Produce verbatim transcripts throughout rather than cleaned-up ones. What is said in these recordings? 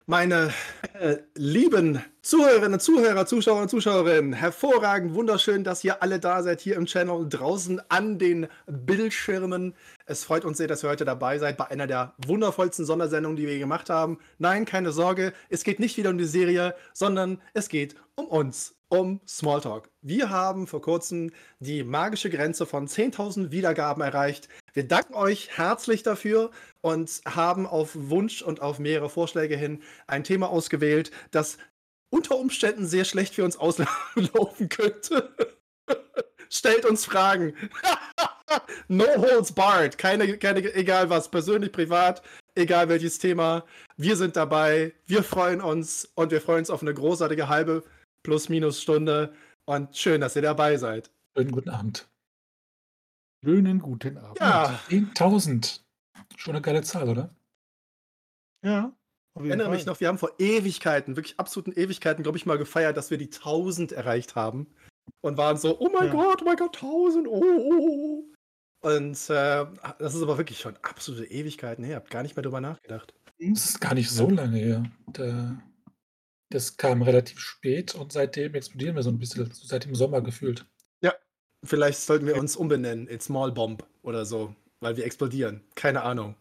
Meine äh, lieben Zuhörerinnen, Zuhörer, Zuschauer und Zuschauerinnen, hervorragend, wunderschön, dass ihr alle da seid hier im Channel und draußen an den Bildschirmen. Es freut uns sehr, dass ihr heute dabei seid bei einer der wundervollsten Sondersendungen, die wir gemacht haben. Nein, keine Sorge, es geht nicht wieder um die Serie, sondern es geht um uns, um Smalltalk. Wir haben vor kurzem die magische Grenze von zehntausend Wiedergaben erreicht. Wir danken euch herzlich dafür und haben auf Wunsch und auf mehrere Vorschläge hin ein Thema ausgewählt, das unter Umständen sehr schlecht für uns auslaufen könnte. Stellt uns Fragen. No holds barred. Keine, keine, egal was, persönlich, privat, egal welches Thema. Wir sind dabei. Wir freuen uns und wir freuen uns auf eine großartige halbe plus minus Stunde. Und schön, dass ihr dabei seid. Schönen guten Abend. Schönen guten Abend. Ja, zehntausend. Schon eine geile Zahl, oder? Ja, ich auf jeden erinnere Fall. mich noch, wir haben vor Ewigkeiten, wirklich absoluten Ewigkeiten, glaube ich, mal gefeiert, dass wir die tausend erreicht haben. Und waren so, oh mein Ja. Gott, oh mein Gott, tausend, oh, oh, oh. Und äh, das ist aber wirklich schon absolute Ewigkeiten her. Hab gar nicht mehr drüber nachgedacht. Das ist gar nicht so lange her. Da, das kam relativ spät und seitdem explodieren wir so ein bisschen, so seit dem Sommer gefühlt. Ja, vielleicht sollten wir uns umbenennen in Small Bomb oder so, weil wir explodieren. Keine Ahnung.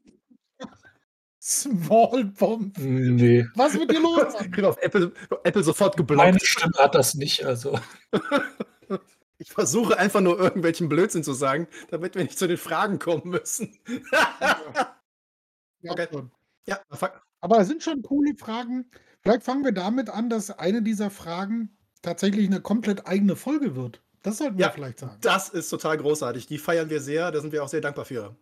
Small Bomb. Nee, Was mit dir los? Ich krieg auf Apple, Apple sofort meine geblockt. Stimme hat das nicht, also. Ich versuche einfach nur irgendwelchen Blödsinn zu sagen, damit wir nicht zu den Fragen kommen müssen. Ja, Okay. schon. Ja, fuck. Aber es sind schon coole Fragen. Vielleicht fangen wir damit an, dass eine dieser Fragen tatsächlich eine komplett eigene Folge wird. Das sollten wir Ja, vielleicht sagen. das ist total großartig. Die feiern wir sehr, da sind wir auch sehr dankbar für.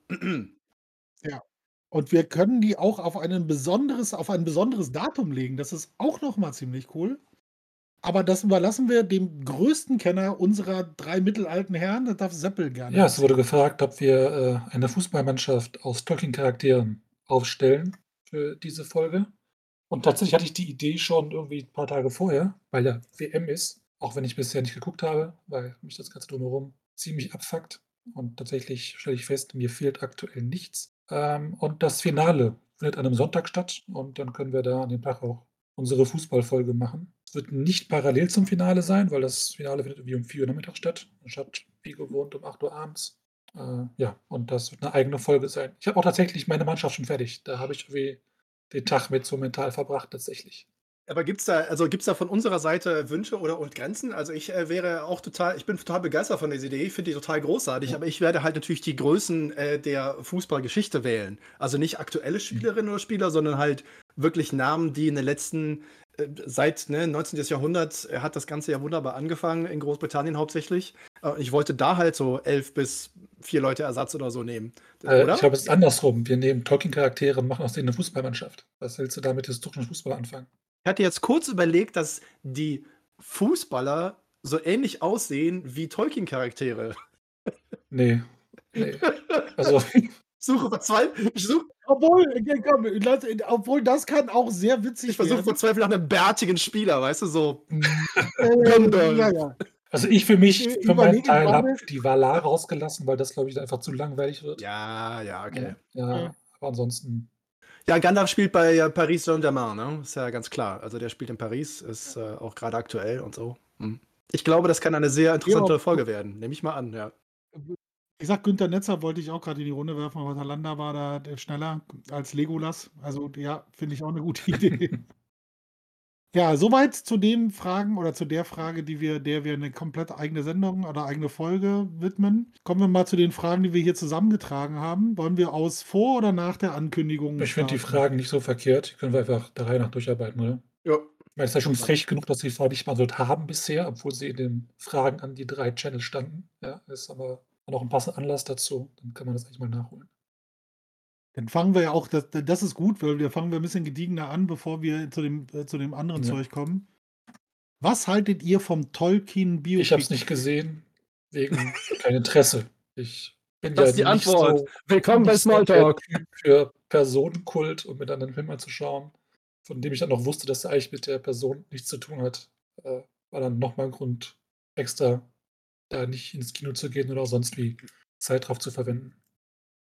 Ja. Und wir können die auch auf einen besonderes, auf ein besonderes Datum legen. Das ist auch noch mal ziemlich cool. Aber das überlassen wir dem größten Kenner unserer drei mittelalten Herren. Das darf Seppel gerne. Ja, es wurde gefragt, ob wir äh, eine Fußballmannschaft aus Tolkien-Charakteren aufstellen für diese Folge. Und tatsächlich hatte ich die Idee schon irgendwie ein paar Tage vorher, weil ja W M ist, auch wenn ich bisher nicht geguckt habe, weil mich das Ganze drumherum ziemlich abfuckt. Und tatsächlich stelle ich fest, mir fehlt aktuell nichts. Ähm, und das Finale findet an einem Sonntag statt und dann können wir da an dem Tag auch unsere Fußballfolge machen. Es wird nicht parallel zum Finale sein, weil das Finale findet irgendwie um vier Uhr nachmittags statt, anstatt wie gewohnt um acht Uhr abends. Äh, ja, und das wird eine eigene Folge sein. Ich habe auch tatsächlich meine Mannschaft schon fertig. Da habe ich irgendwie den Tag mit so mental verbracht, tatsächlich. Aber gibt's da, also gibt's da von unserer Seite Wünsche oder und Grenzen? Also ich äh, wäre auch total, ich bin total begeistert von dieser Idee, ich finde die total großartig, Ja. aber ich werde halt natürlich die Größen äh, der Fußballgeschichte wählen. Also nicht aktuelle Spielerinnen oder Spieler, sondern halt wirklich Namen, die in den letzten, äh, seit ne, neunzehnten. Jahrhundert äh, hat das Ganze ja wunderbar angefangen, in Großbritannien hauptsächlich. Äh, ich wollte da halt so elf bis vier Leute Ersatz oder so nehmen. Äh, Oder? ich glaube, es ist andersrum. Wir nehmen Tolkien-Charaktere und machen aus denen eine Fußballmannschaft. Was willst du da mit historischem Fußball anfangen? Ich hatte jetzt kurz überlegt, dass die Fußballer so ähnlich aussehen wie Tolkien-Charaktere. Nee. Nee. Also, Ich suche verzweifelt, ich, such, Obwohl, okay, komm, lass, obwohl das kann auch sehr witzig ich versuche werden. verzweifelt nach einem bärtigen Spieler, weißt du, so. Äh, ja, ja. also ich für mich, Ich für meinen überlege Teil, habe gerade. die Valar rausgelassen, weil das, glaube ich, einfach zu langweilig wird. Ja, ja, okay. Ja, ja, aber ansonsten. Ja, Gandalf spielt bei äh, Paris Saint-Germain, ne? Ist ja ganz klar. Also der spielt in Paris, ist äh, auch gerade aktuell und so. Hm. Ich glaube, das kann eine sehr interessante Ja. Folge werden. Nehme ich mal an, ja. Ich sag, Günther Netzer wollte ich auch gerade in die Runde werfen, aber Talanda war da der schneller als Legolas. Also ja, finde ich auch eine gute Idee. Ja, soweit zu den Fragen oder zu der Frage, die wir, der wir eine komplett eigene Sendung oder eigene Folge widmen. Kommen wir mal zu den Fragen, die wir hier zusammengetragen haben. Wollen wir aus vor oder nach der Ankündigung Ich finde die starten? Fragen nicht so verkehrt. Die können wir einfach der Reihe nach durcharbeiten, oder? Ja. Ich meine, es ist ja schon frech genug, dass sie die Frage nicht beantwortet haben bisher, obwohl sie in den Fragen an die drei Channels standen. Ja, ist aber noch ein passender Anlass dazu. Dann kann man das eigentlich mal nachholen. Dann fangen wir ja auch, das, das ist gut, weil wir fangen wir ein bisschen gediegener an, bevor wir zu dem, äh, zu dem anderen Ja. Zeug kommen. Was haltet ihr vom Tolkien Biopic? Ich habe es nicht gesehen, wegen kein Interesse. Ich bin Das ja ist die nicht Antwort. so, Willkommen bei nicht so der Smalltalk. Typ für Personenkult und mir dann einen Film anzuschauen, von dem ich dann noch wusste, dass er eigentlich mit der Person nichts zu tun hat. Äh, war dann nochmal ein Grund, extra da nicht ins Kino zu gehen oder auch sonst wie Zeit drauf zu verwenden.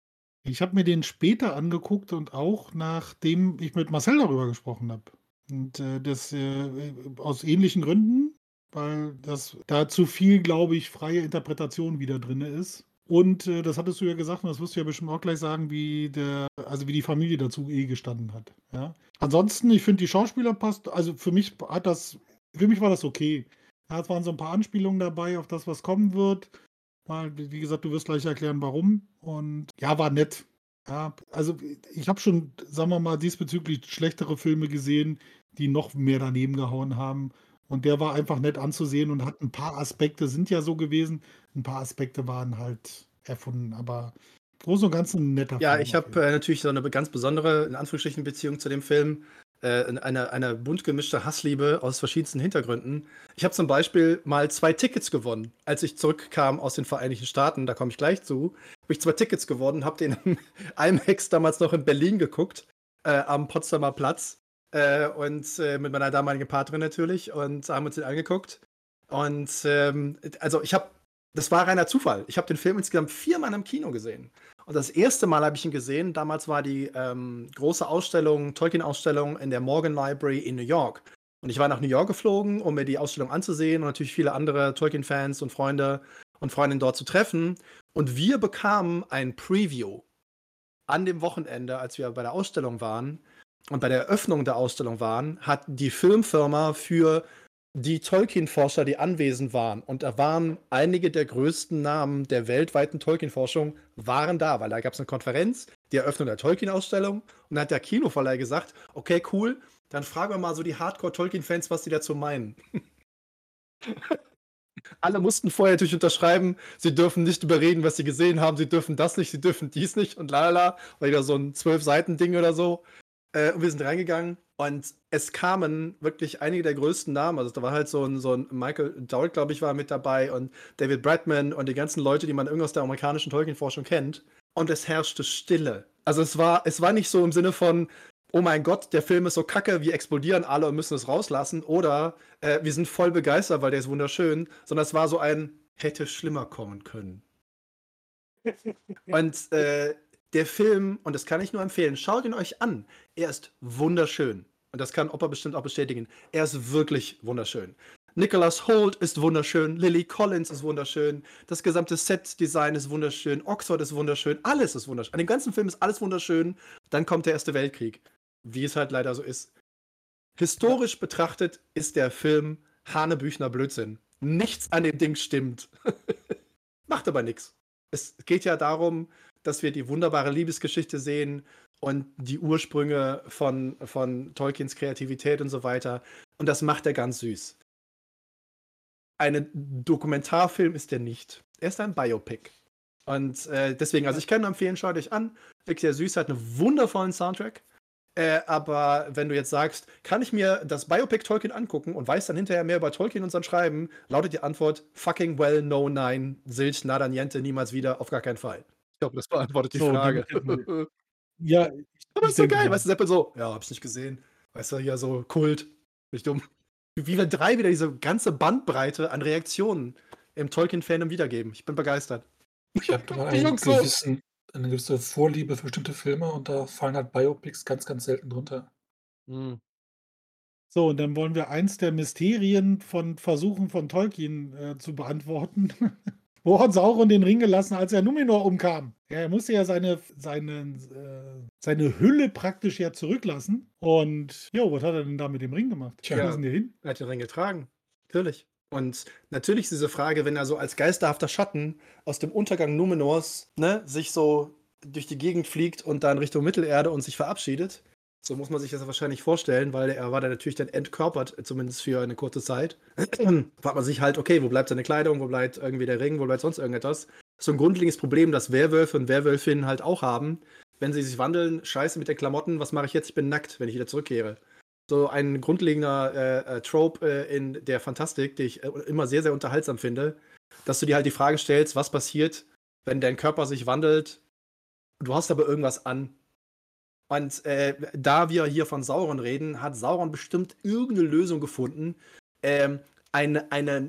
Ich habe mir den später angeguckt und auch nachdem ich mit Marcel darüber gesprochen habe. Und, äh, das, äh, aus ähnlichen Gründen, weil das da zu viel, glaube ich, freie Interpretation wieder drinne ist. Und, äh, das hattest du ja gesagt und das wirst du ja bestimmt auch gleich sagen, wie der also, wie die Familie dazu eh gestanden hat, ja? Ansonsten, ich finde, die Schauspieler passt also, für mich hat das für mich war das okay. Ja, es waren so ein paar Anspielungen dabei auf das, was kommen wird. Mal, wie wie gesagt, du wirst gleich erklären, warum. Und ja, war nett. Ja, also ich habe schon, sagen wir mal, diesbezüglich schlechtere Filme gesehen, die noch mehr daneben gehauen haben. Und der war einfach nett anzusehen und hat ein paar Aspekte sind ja so gewesen. Ein paar Aspekte waren halt erfunden, aber im Großen und Ganzen 'n netter Ja, Film ich auf jeden habe, Fall. äh, natürlich so 'ne be ganz besondere, in Anführungsstrichen, Beziehung zu dem Film. Äh, in eine eine bunt gemischte Hassliebe aus verschiedensten Hintergründen. Ich habe zum Beispiel mal zwei Tickets gewonnen, als ich zurückkam aus den Vereinigten Staaten, da komme ich gleich zu. Habe ich zwei Tickets gewonnen, habe den im IMAX damals noch in Berlin geguckt, äh, am Potsdamer Platz, äh, und, äh, mit meiner damaligen Partnerin natürlich und haben uns den angeguckt. Und, ähm, also, ich habe das war reiner Zufall. Ich habe den Film insgesamt viermal im Kino gesehen. Und das erste Mal habe ich ihn gesehen, damals war die, ähm, große Ausstellung Tolkien-Ausstellung in der Morgan Library in New York. Und ich war nach New York geflogen, um mir die Ausstellung anzusehen und natürlich viele andere Tolkien-Fans und Freunde und Freundinnen dort zu treffen. Und wir bekamen ein Preview an dem Wochenende, als wir bei der Ausstellung waren und bei der Eröffnung der Ausstellung waren, hat die Filmfirma für die Tolkien-Forscher, die anwesend waren, und da waren einige der größten Namen der weltweiten Tolkien-Forschung, waren da, weil da gab es eine Konferenz, die Eröffnung der Tolkien-Ausstellung, und da hat der Kinoverleih gesagt, okay, cool, dann fragen wir mal so die Hardcore-Tolkien-Fans, was die dazu meinen. Alle mussten vorher natürlich unterschreiben, sie dürfen nicht überreden, was sie gesehen haben, sie dürfen das nicht, sie dürfen dies nicht und lalala, war wieder so ein zwölf-Seiten-Ding oder so. Äh, und wir sind reingegangen und es kamen wirklich einige der größten Namen. Also da war halt so ein, so ein Michael Dowd, glaube ich, war mit dabei und David Bradman und die ganzen Leute, die man irgendwie aus der amerikanischen Tolkien-Forschung kennt. Und es herrschte Stille. Also es war, es war nicht so im Sinne von, oh mein Gott, der Film ist so kacke, wir explodieren alle und müssen es rauslassen. Oder äh, wir sind voll begeistert, weil der ist wunderschön. Sondern es war so ein, hätte schlimmer kommen können. Und äh, der Film, und das kann ich nur empfehlen, schaut ihn euch an. Er ist wunderschön. Und das kann Opa bestimmt auch bestätigen. Er ist wirklich wunderschön. Nicholas Hoult ist wunderschön, Lily Collins ist wunderschön, das gesamte Set-Design ist wunderschön, Oxford ist wunderschön, alles ist wunderschön. An dem ganzen Film ist alles wunderschön. Dann kommt der Erste Weltkrieg, wie es halt leider so ist. Historisch betrachtet ist der Film hanebüchner Blödsinn. Nichts an dem Ding stimmt. Macht aber nichts. Es geht ja darum, dass wir die wunderbare Liebesgeschichte sehen und die Ursprünge von, von Tolkiens Kreativität und so weiter. Und das macht er ganz süß. Ein Dokumentarfilm ist er nicht. Er ist ein Biopic. Und äh, deswegen, also ich kann nur empfehlen, schaut euch an. Wirklich sehr süß, hat einen wundervollen Soundtrack. Äh, aber wenn du jetzt sagst, kann ich mir das Biopic Tolkien angucken und weiß dann hinterher mehr über Tolkien und sein Schreiben, lautet die Antwort, fucking well, no, nein, Silch, nada, niente, niemals wieder, auf gar keinen Fall. Ich glaube, das beantwortet die So, Frage. damit hätten wir ja, ich Aber ich ist so denke geil, mal. weißt du, Seppel so, ja, hab ich nicht gesehen. Weißt du, hier so Kult, nicht dumm. Wie wir drei wieder diese ganze Bandbreite an Reaktionen im Tolkien-Fandom wiedergeben. Ich bin begeistert. Ich habe da Die einen Jungs so. gewissen, eine gewisse Vorliebe für bestimmte Filme und da fallen halt Biopics ganz, ganz selten drunter. Hm. So, und dann wollen wir eins der Mysterien von Versuchen von Tolkien, äh, zu beantworten. Wo hat Sauron den Ring gelassen, als er Numenor umkam? Ja, er musste ja seine seine, äh seine Hülle praktisch ja zurücklassen. Und jo, was hat er denn da mit dem Ring gemacht? Tja. Wo ist denn der hin? Er hat den Ring getragen. Natürlich. Und natürlich ist diese Frage, wenn er so als geisterhafter Schatten aus dem Untergang Numenors, ne, sich so durch die Gegend fliegt und dann Richtung Mittelerde und sich verabschiedet. So muss man sich das wahrscheinlich vorstellen, weil er war dann natürlich dann entkörpert, zumindest für eine kurze Zeit. Fragt man sich halt, okay, wo bleibt seine Kleidung, wo bleibt irgendwie der Ring, wo bleibt sonst irgendetwas? So ein grundlegendes Problem, das Werwölfe und Werwölfinnen halt auch haben. Wenn sie sich wandeln, scheiße mit den Klamotten, was mache ich jetzt? Ich bin nackt, wenn ich wieder zurückkehre. So ein grundlegender äh, äh, Trope äh, in der Fantastik, den ich äh, immer sehr, sehr unterhaltsam finde, dass du dir halt die Frage stellst, was passiert, wenn dein Körper sich wandelt, du hast aber irgendwas an. Und äh, da wir hier von Sauron reden, hat Sauron bestimmt irgendeine Lösung gefunden, ähm, eine, einen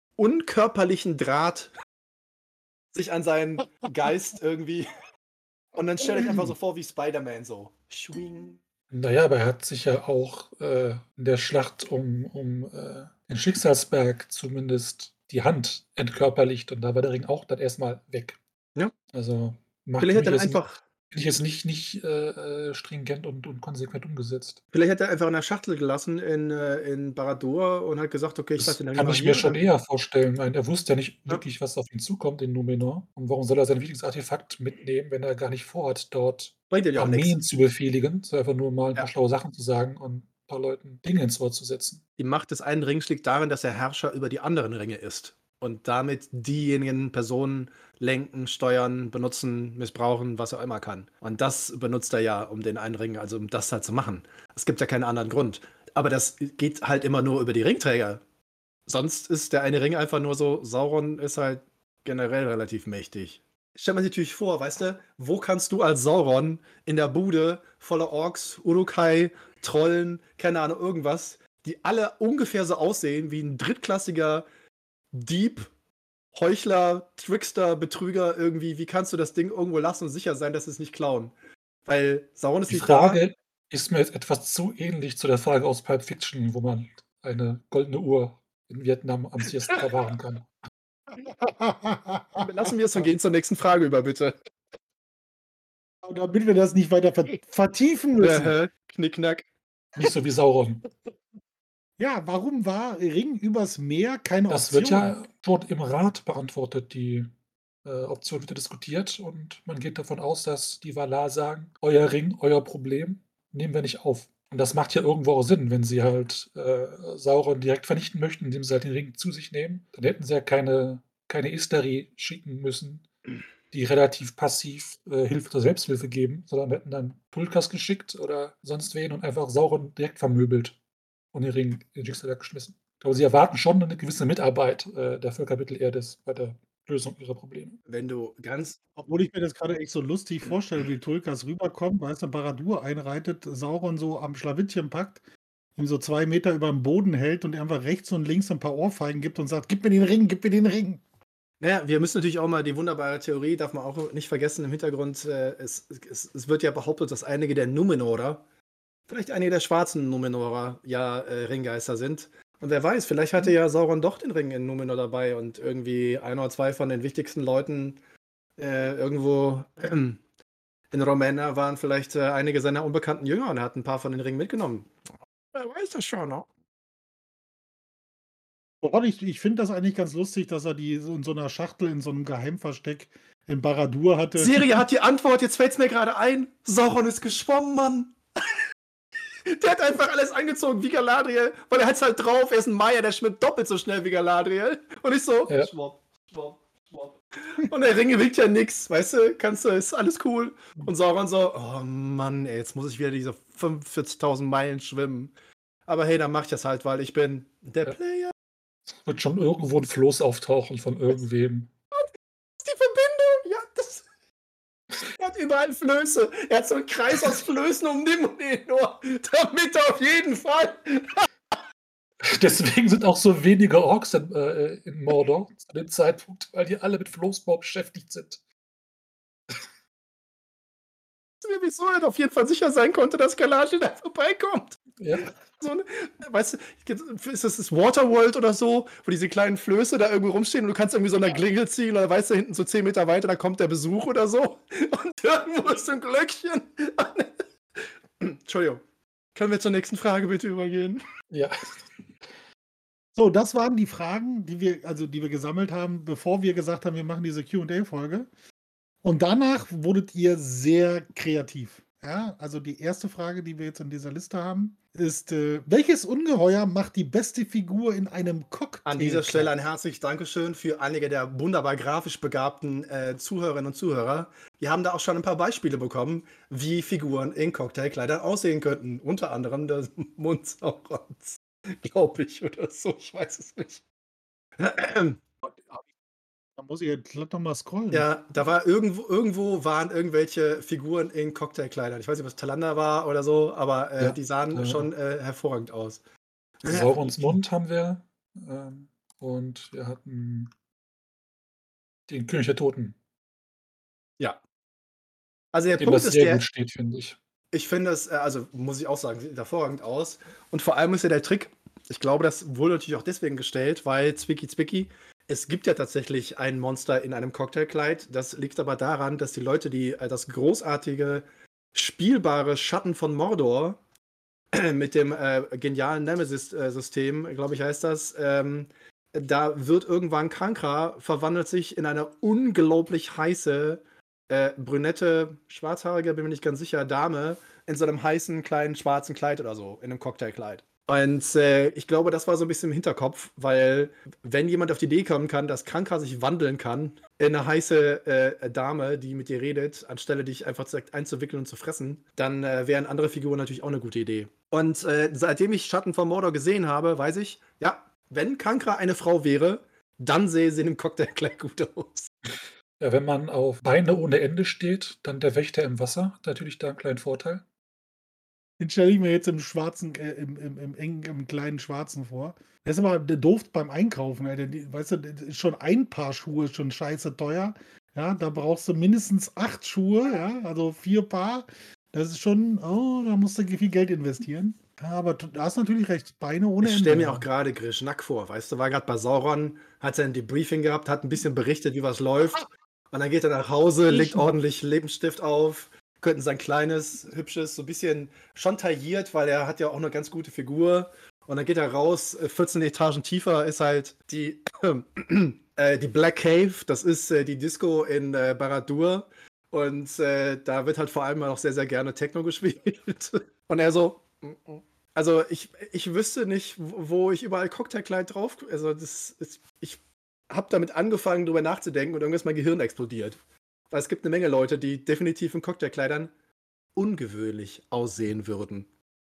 unkörperlichen Draht sich an seinen Geist irgendwie Und dann stell dich einfach so vor wie Spider-Man so. Schwing. Naja, aber er hat sich ja auch äh, in der Schlacht um, um äh, den Schicksalsberg zumindest die Hand entkörperlicht und da war der Ring auch dann erstmal weg. Ja. Also macht Vielleicht für hat mich er jetzt, nicht- einfach, finde ich jetzt nicht, nicht äh, äh, stringent und, und konsequent umgesetzt. vielleicht hat er einfach in der Schachtel gelassen in, äh, in Barad-dûr und hat gesagt, okay, ich lasse Das den Ring kann mal ich hier. mir schon Dann, eher vorstellen. Ich meine, er wusste ja nicht ja, wirklich, was auf ihn zukommt in Numenor. Und warum soll er sein wichtiges Artefakt mitnehmen, wenn er gar nicht vorhat, dort bringt dir ja auch Armeen nichts. zu befehligen, sondern einfach nur mal ein paar Ja. schlaue Sachen zu sagen und ein paar Leuten Dinge ins Wort zu setzen. Die Macht des einen Rings liegt darin, dass er Herrscher über die anderen Ringe ist. Und damit diejenigen Personen lenken, steuern, benutzen, missbrauchen, was er immer kann. Und das benutzt er ja, um den einen Ring, also um das halt zu machen. Es gibt ja keinen anderen Grund. Aber das geht halt immer nur über die Ringträger. Sonst ist der eine Ring einfach nur so, Sauron ist halt generell relativ mächtig. Stell man sich natürlich vor, weißt du, wo kannst du als Sauron in der Bude voller Orks, Urukai, Trollen, keine Ahnung, irgendwas, die alle ungefähr so aussehen wie ein drittklassiger Dieb, Heuchler, Trickster, Betrüger irgendwie, wie kannst du das Ding irgendwo lassen und sicher sein, dass sie es nicht klauen? Weil Sauron ist Die nicht da. Frage ist mir jetzt etwas zu ähnlich zu der Frage aus Pulp Fiction, wo man eine goldene Uhr in Vietnam am sichersten verwahren kann. Lassen wir es und gehen zur nächsten Frage über, bitte. Und damit wir das nicht weiter ver vertiefen müssen. Äh, Knickknack. Nicht so wie Sauron. Ja, warum war Ring übers Meer keine Das Option? wird ja schon im Rat beantwortet. Die äh, Option wird ja diskutiert und man geht davon aus, dass die Valar sagen, euer Ring, euer Problem, nehmen wir nicht auf. Und das macht ja irgendwo auch Sinn, wenn sie halt äh, Sauron direkt vernichten möchten, indem sie halt den Ring zu sich nehmen. Dann hätten sie ja keine, keine Istari schicken müssen, die relativ passiv äh, Hilfe zur Selbsthilfe geben, sondern hätten dann Tulkas geschickt oder sonst wen und einfach Sauron direkt vermöbelt und den Ring in den Schicksalsberg geschmissen. Ich glaube, sie erwarten schon eine gewisse Mitarbeit äh, der Völker Mittelerdes bei der Lösung ihrer Probleme. Wenn du ganz. Obwohl ich mir das gerade echt so lustig vorstelle, wie Tulkas rüberkommt, weißt du, Barad-dûr einreitet, Sauron so am Schlawittchen packt, ihm so zwei Meter über dem Boden hält und einfach rechts und links ein paar Ohrfeigen gibt und sagt, gib mir den Ring, gib mir den Ring. Naja, wir müssen natürlich auch mal die wunderbare Theorie, darf man auch nicht vergessen, im Hintergrund, äh, es, es, es wird ja behauptet, dass einige der Numenorer, vielleicht einige der schwarzen Numenorer, ja äh, Ringgeister sind. Und wer weiß, vielleicht hatte ja Sauron doch den Ring in Numenor dabei und irgendwie ein oder zwei von den wichtigsten Leuten äh, irgendwo äh, in Romena waren vielleicht äh, einige seiner unbekannten Jünger und er hat ein paar von den Ringen mitgenommen. Wer weiß das schon, ne? Woran ich ich finde das eigentlich ganz lustig, dass er die so in so einer Schachtel in so einem Geheimversteck in Barad-dûr hatte. Serie hat die Antwort, jetzt fällt's mir gerade ein. Sauron ist geschwommen, Mann. Der hat einfach alles angezogen wie Galadriel, weil er hat's halt drauf, er ist ein Maya, der schwimmt doppelt so schnell wie Galadriel. Und ich so, Ja. schwopp, schwopp, schwopp. Und der Ring wiegt ja nix, weißt du, kannst du, ist alles cool. Und Sauron so, oh Mann, ey, jetzt muss ich wieder diese fünfundvierzigtausend Meilen schwimmen. Aber hey, dann mach ich das halt, weil ich bin der Ja. Player. Wird schon irgendwo ein Floß auftauchen von irgendwem. Die Verbindung, ja, das. Er hat überall Flöße. Er hat so einen Kreis aus Flößen um Numenor, damit er auf jeden Fall. Deswegen sind auch so wenige Orks in, äh, in Mordor zu dem Zeitpunkt, weil die alle mit Floßbau beschäftigt sind. Wieso er auf jeden Fall sicher sein konnte, dass Galadriel da vorbeikommt. Ja. So eine, weißt du, ist das das Waterworld oder so, wo diese kleinen Flöße da irgendwie rumstehen und du kannst irgendwie so eine Klingel ziehen oder weißt du, hinten so zehn Meter weiter, da kommt der Besuch oder so und irgendwo ist so ein Glöckchen. Entschuldigung. Können wir zur nächsten Frage bitte übergehen? Ja. So, das waren die Fragen, die wir, also die wir gesammelt haben, bevor wir gesagt haben, wir machen diese Q und A-Folge. Und danach wurdet ihr sehr kreativ. Ja, also die erste Frage, die wir jetzt in dieser Liste haben, ist, äh, welches Ungeheuer macht die beste Figur in einem Cocktail? An dieser Stelle ein herzliches Dankeschön für einige der wunderbar grafisch begabten äh, Zuhörerinnen und Zuhörer. Wir haben da auch schon ein paar Beispiele bekommen, wie Figuren in Cocktailkleidern aussehen könnten. Unter anderem der Mund Saurons, glaube ich, oder so. Ich weiß es nicht. Da muss ich jetzt glatt nochmal scrollen. Ja, da war irgendwo, irgendwo waren irgendwelche Figuren in Cocktailkleidern. Ich weiß nicht, ob es Talander war oder so, aber äh, Ja, die sahen ja. schon äh, hervorragend aus. Saurons Mund haben wir. Ähm, und wir hatten den König der Toten. Ja. Also der Dem Punkt das ist sehr der, gut steht, finde ich. ich finde es, äh, also muss ich auch sagen, sieht hervorragend aus. Und vor allem ist ja der Trick, ich glaube, das wurde natürlich auch deswegen gestellt, weil Zwicky Zwicky, es gibt ja tatsächlich ein Monster in einem Cocktailkleid. Das liegt aber daran, dass die Leute, die äh, das großartige, spielbare Schatten von Mordor mit dem äh, genialen Nemesis-System, glaube ich, heißt das, ähm, da wird irgendwann Kankra, verwandelt sich in eine unglaublich heiße, äh, brünette, schwarzhaarige, bin mir nicht ganz sicher, Dame in so einem heißen, kleinen, schwarzen Kleid oder so, in einem Cocktailkleid. Und äh, ich glaube, das war so ein bisschen im Hinterkopf, weil wenn jemand auf die Idee kommen kann, dass Kankra sich wandeln kann in eine heiße äh, Dame, die mit dir redet, anstelle dich einfach direkt einzuwickeln und zu fressen, dann äh, wären andere Figuren natürlich auch eine gute Idee. Und äh, seitdem ich Schatten von Mordor gesehen habe, weiß ich, ja, wenn Kankra eine Frau wäre, dann sähe sie in einem Cocktailkleid gut aus. Ja, wenn man auf Beine ohne Ende steht, dann der Wächter im Wasser, hat natürlich da einen kleinen Vorteil. Den stelle ich mir jetzt im schwarzen, äh, im, im, im engen, im kleinen Schwarzen vor. Das ist aber doof beim Einkaufen, Alter. Die, weißt du, das ist schon ein Paar Schuhe ist schon scheiße teuer. Ja, da brauchst du mindestens acht Schuhe, ja, also vier Paar. Das ist schon, oh, da musst du viel Geld investieren. Ja, aber du hast natürlich recht, Beine ohne Ich Ende. stelle mir auch gerade Grishnak vor, weißt du, war gerade bei Sauron, hat sein Debriefing gehabt, hat ein bisschen berichtet, wie was läuft. Und dann geht er nach Hause, legt Grishnak. ordentlich Lippenstift auf, könnten sein kleines, hübsches, so ein bisschen schon tailliert, weil er hat ja auch eine ganz gute Figur. Und dann geht er raus, äh, vierzehn Etagen tiefer ist halt die, äh, die Black Cave, das ist äh, die Disco in äh, Barad-dûr. Und äh, da wird halt vor allem auch sehr, sehr gerne Techno gespielt. Und er so, also ich, ich wüsste nicht, wo wo ich überall Cocktailkleid drauf. Also das ist, ich habe damit angefangen, drüber nachzudenken und irgendwann ist mein Gehirn explodiert. Weil es gibt eine Menge Leute, die definitiv in Cocktailkleidern ungewöhnlich aussehen würden.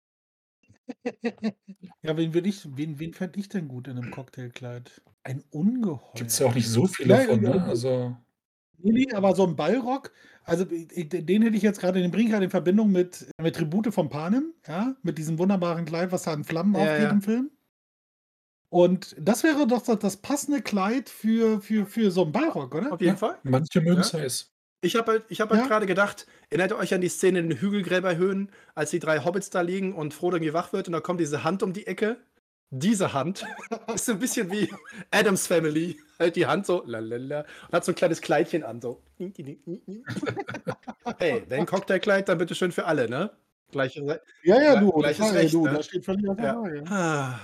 Ja, wen würde ich, wen, wen fände ich denn gut in einem Cocktailkleid? Ein Gibt es ja Ungeheuer. auch nicht so viele Ja, von, ja, ne? Also, nee, nee, aber so ein Ballrock, also ich- den hätte ich jetzt gerade, den bringe ich gerade in Verbindung mit, mit Tribute von Panem, ja, mit diesem wunderbaren Kleid, was da in Flammen Ja, aufgeht ja. im Film. Und das wäre doch das, das passende Kleid für, für, für so einen Ballrock, oder? Auf jeden ja, Fall. manche mögen Ja. es heiß. Ich habe halt, ich hab halt Ja. gerade gedacht, erinnert ihr euch an die Szene in den Hügelgräberhöhen, als die drei Hobbits da liegen und Frodo irgendwie wach wird und da kommt diese Hand um die Ecke? Diese Hand ist so ein bisschen wie Adams Family. Halt die Hand so, lalala, und hat so ein kleines Kleidchen an, so. Hey, wenn Cocktailkleid, dann bitte schön für alle, ne? Gleiche, Ja, ja, Gle- du, gleiches das, Recht, du, ne? das steht völlig auf der Ja. Frage. Ah.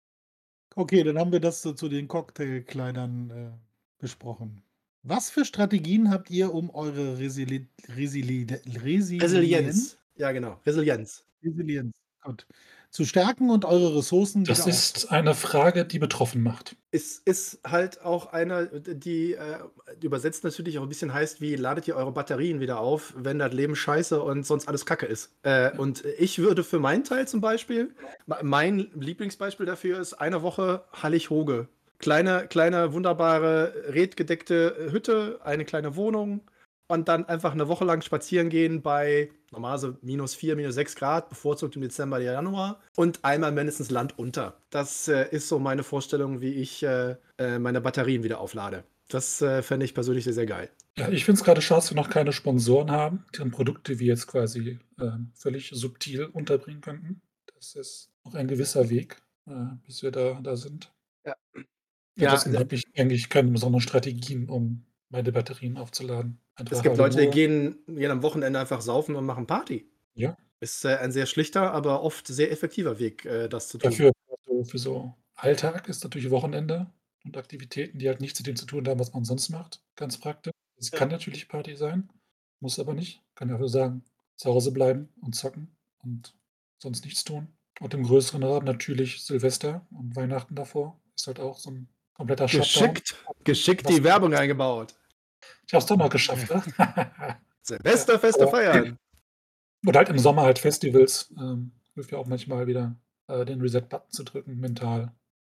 Okay, dann haben wir das so zu den Cocktailkleidern äh, besprochen. Was für Strategien habt ihr, um eure Resili Resili Resilienz, Resilienz. Ja, genau. Resilienz. Resilienz Gott, zu stärken und eure Ressourcen Das wieder ist eine Frage, die betroffen macht. Ist, ist halt auch eine, die, äh, die übersetzt natürlich auch ein bisschen heißt, wie ladet ihr eure Batterien wieder auf, wenn das Leben scheiße und sonst alles Kacke ist. Äh, und ich würde für meinen Teil zum Beispiel, mein Lieblingsbeispiel dafür ist eine Woche Hallig-Hoge. Kleine, kleine, wunderbare, redgedeckte Hütte, eine kleine Wohnung und dann einfach eine Woche lang spazieren gehen bei normalerweise minus vier, minus sechs Grad, bevorzugt im Dezember, Januar und einmal mindestens Land unter. Das äh, ist so meine Vorstellung, wie ich äh, äh, meine Batterien wieder auflade. Das äh, fände ich persönlich sehr, sehr geil. Ja, ich finde es gerade schade, dass wir noch keine Sponsoren haben, deren Produkte wir jetzt quasi äh, völlig subtil unterbringen könnten. Das ist noch ein gewisser Weg, äh, bis wir da, da sind. Ja. Ja, Ja, deswegen äh, habe ich eigentlich keine besonderen Strategien, um meine Batterien aufzuladen. es Einfach gibt Leute, die nur, gehen, gehen am Wochenende einfach saufen und machen Party. ja, Ist äh, ein sehr schlichter, aber oft sehr effektiver Weg, äh, das zu tun. dafür so- für so Alltag ist natürlich Wochenende und Aktivitäten, die halt nichts mit dem zu tun haben, was man sonst macht, ganz praktisch. Es Ja. kann natürlich Party sein, muss aber nicht. Kann ja auch sagen, zu Hause bleiben und zocken und sonst nichts tun. Und im größeren Rahmen natürlich Silvester und Weihnachten davor ist halt auch so ein kompletter Shutdown. Geschickt, geschickt Was- die Werbung eingebaut. Ich habe es doch noch geschafft, ne? Silvesterfeste Aber- feiern. Oder halt im Sommer halt Festivals. Ähm, hilft ja auch manchmal wieder, äh, den Reset-Button zu drücken, mental.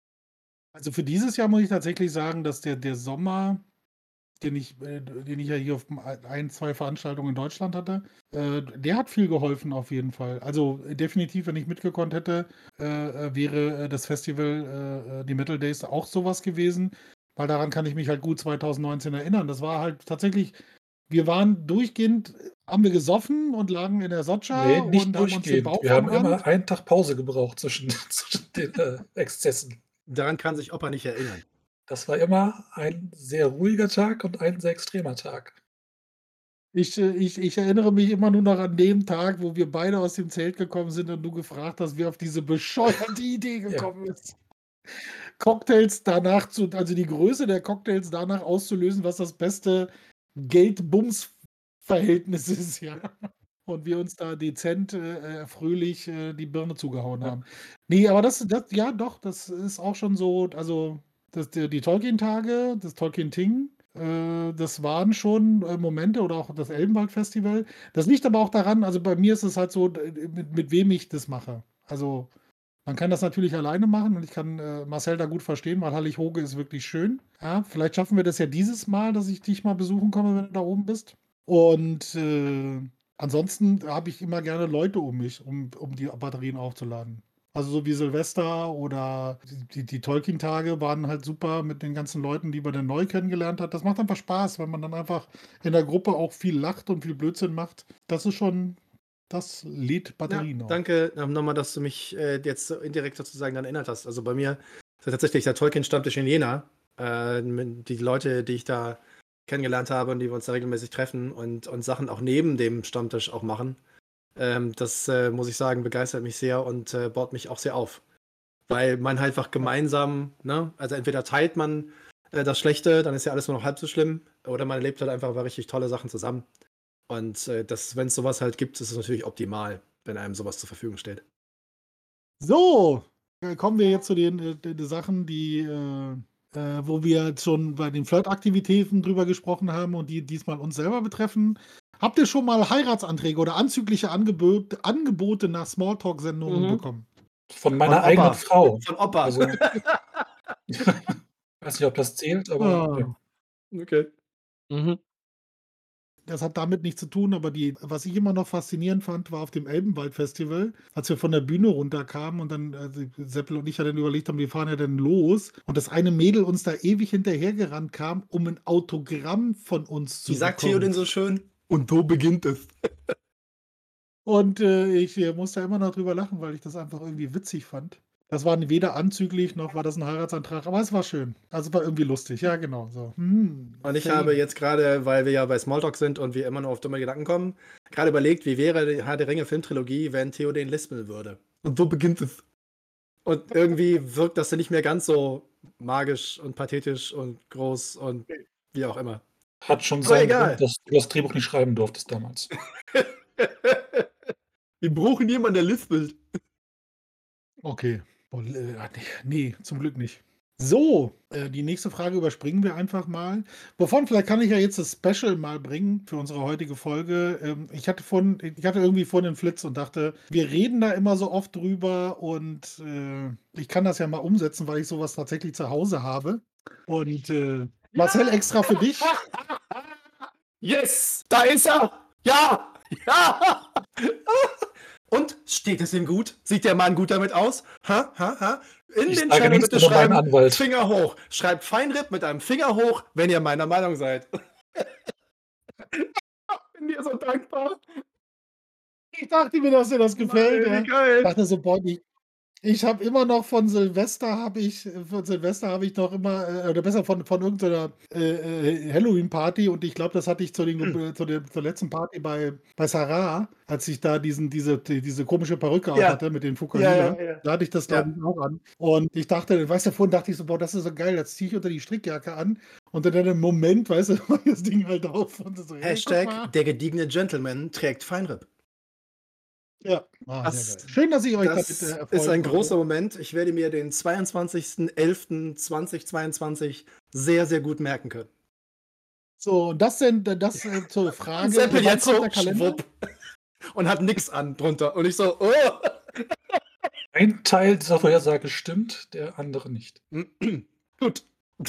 Also für dieses Jahr muss ich tatsächlich sagen, dass der, der Sommer, den ich, äh, den ich ja hier auf ein, zwei Veranstaltungen in Deutschland hatte, äh, der hat viel geholfen auf jeden Fall. Also äh, definitiv, wenn ich mitgekonnt hätte, äh, äh, wäre äh, das Festival, äh, äh, die Metal Days auch sowas gewesen, weil daran kann ich mich halt gut zwanzig neunzehn erinnern. Das war halt tatsächlich wir waren durchgehend haben wir gesoffen und lagen in der Ne, Soccia nicht und haben uns den durchgehend. Bauch Wir haben verbrannt. immer einen Tag Pause gebraucht zwischen zwischen den, äh, Exzessen. Daran kann sich Opa nicht erinnern. Das war immer ein sehr ruhiger Tag und ein sehr extremer Tag. Ich, äh ich ich erinnere mich immer nur noch an dem Tag, wo wir beide aus dem Zelt gekommen sind und du gefragt hast, wie auf diese bescheuerte Idee Ja. gekommen ist. Cocktails danach zu also die Größe der Cocktails danach auszulösen, was das beste Geld-Bums-Verhältnis ist, ja. Und wir uns da dezent, äh, äh, fröhlich, äh, die Birne zugehauen Ja. haben. Ne, aber das das ja doch, das ist auch schon so also, das die die Tolkien-Tage, das Tolkien-Ting, äh, das waren schon, äh, Momente oder auch das Elbenwald-Festival. Das liegt aber auch daran also, bei mir ist es halt so, d mit mit wem ich das mache. Also, man kann das natürlich alleine machen und ich kann, äh, Marcel da gut verstehen, weil Hallig-Hoge ist wirklich schön. Ja, vielleicht schaffen wir das ja dieses Mal, dass ich dich mal besuchen komme, wenn du da oben bist. Und, äh, ansonsten habe ich immer gerne Leute um mich, um um die Batterien aufzuladen. Also, so wie Silvester oder die die die Tolkien-Tage waren halt super mit den ganzen Leuten, die man dann neu kennengelernt hat. Das macht einfach Spaß, wenn man dann einfach in der Gruppe auch viel lacht und viel Blödsinn macht. Das ist schon das lädt Ja, Batterien auf. danke, ähm, noch mal, dass du mich, äh, jetzt so indirekt sozusagen daran erinnert hast. Also, bei mir ist ja tatsächlich der Tolkien-Stammtisch in Jena. Äh, mit die Leute, die ich da kennengelernt habe und die wir uns da regelmäßig treffen und und Sachen auch neben dem Stammtisch auch machen. Ähm, das, äh, muss ich sagen, begeistert mich sehr und, äh, baut mich auch sehr auf. Weil man halt einfach Ja. gemeinsam, ne also entweder teilt man, äh, das Schlechte, dann ist ja alles nur noch halb so schlimm, oder man erlebt halt einfach aber richtig tolle Sachen zusammen. Und, äh, das wenn's so was halt gibt, ist es natürlich optimal, wenn einem so was zur Verfügung steht. So, äh, kommen wir jetzt zu den, äh, d den Sachen, die, äh äh, wo wir jetzt schon bei den Flirtaktivitäten drüber gesprochen haben und die diesmal uns selber betreffen. Habt ihr schon mal Heiratsanträge oder anzügliche Angebot Angebote nach Smalltalk-Sendungen Mhm. bekommen? Von Von meiner eigenen Opa. Frau. Von Opa. Also weiß nicht, ob das zählt, aber ja. Ah. Okay. Mhm. Das hat damit nichts zu tun, aber die was ich immer noch faszinierend fand, war auf dem Elbenwald-Festival, als wir von der Bühne runterkamen und dann, äh, Seppel und ich ja dann überlegt haben, wie fahren ja denn los? Und das eine Mädel uns da ewig hinterhergerannt kam, um 'n Autogramm von uns Wie zu sagt Theoden bekommen. so schön? Und so beginnt es. Und, äh, ich, äh, muss da immer noch drüber lachen, weil ich das einfach irgendwie witzig fand. Das war weder anzüglich noch war das 'n Heiratsantrag, aber es war schön. Also, war irgendwie lustig. Ja, genau so. Hm, Und ich habe Fame. jetzt grade, weil wir ja bei Smalltalk sind und wir immer nur auf dumme Gedanken kommen, grade überlegt, wie wäre die Herr der Ringe-Filmtrilogie, wenn Theoden lispeln würde? Und so beginnt es. Und irgendwie wirkt das dann nicht mehr ganz so magisch und pathetisch und groß und wie auch immer. Hat schon Aber seinen egal. Grund, dass du das Drehbuch nicht schreiben durftest damals. Wir brauchen jemanden, der lispelt. Okay. Und, äh, ah, ne, ne, zum Glück nicht. So, äh, die nächste Frage überspringen wir einfach mal. Wovon vielleicht kann ich ja jetzt das Special mal bringen für unsere heutige Folge. Ähm, ich hatte vorhin ich hatte irgendwie vorhin 'n Flitz und dachte, wir reden da immer so oft drüber und, äh, ich kann das ja mal umsetzen, weil ich so was tatsächlich zu Hause habe. Und, äh, Marcel, extra für dich. Yes, da ist er. Ja, ja. Und steht es ihm gut? Sieht der Mann gut damit aus? Ha, ha, ha? In Ich den sage Channel nichts bitte über meinen schreiben, Anwalt. Finger hoch. Schreibt Feinripp mit einem Finger hoch, wenn ihr meiner Meinung seid. Bin dir so dankbar. Ich dachte mir, dass dir das gefällt, Mann, ja. wie geil. Ich dachte so: „Boah, die“ ich habe immer noch von Silvester habe ich von Silvester habe ich noch immer, äh oder besser von von irgend so 'ner, äh, äh, Halloween-Party und ich glaube, das hatte ich zu den Hm. zu der zur letzten Party bei bei Sarah, als ich da diesen diese diese komische Perücke Ja. aufhatte mit den Ja, ja, Fukalila. ja. Da hatte ich das, Ja. glaube ich, auch an. Und ich dachte weißt du, vorhin dachte ich so: „Boah, das ist so geil, jetzt ziehe ich unter die Strickjacke an“ und dann in 'nem Moment, weißt du, mache ich das Ding halt auf und so: „Hey, guck mal.“ Hashtag der gediegene Gentleman trägt Feinripp. Ja, ah, sehr Das geil. Schön, dass ich euch damit, das äh, ist erfreuen ein konnte. großer Moment. Ich werde mir den zweiundzwanzigsten elften zweitausendzweiundzwanzig sehr, sehr gut merken können. So, und das denn das, äh, zur Und Frage, Seppel wann jetzt kommt so der Kalender? schwupp und hat nix an drunter. Und ich so: „Oh.“ Ein Teil dieser Vorhersage stimmt, der andere nicht. Gut.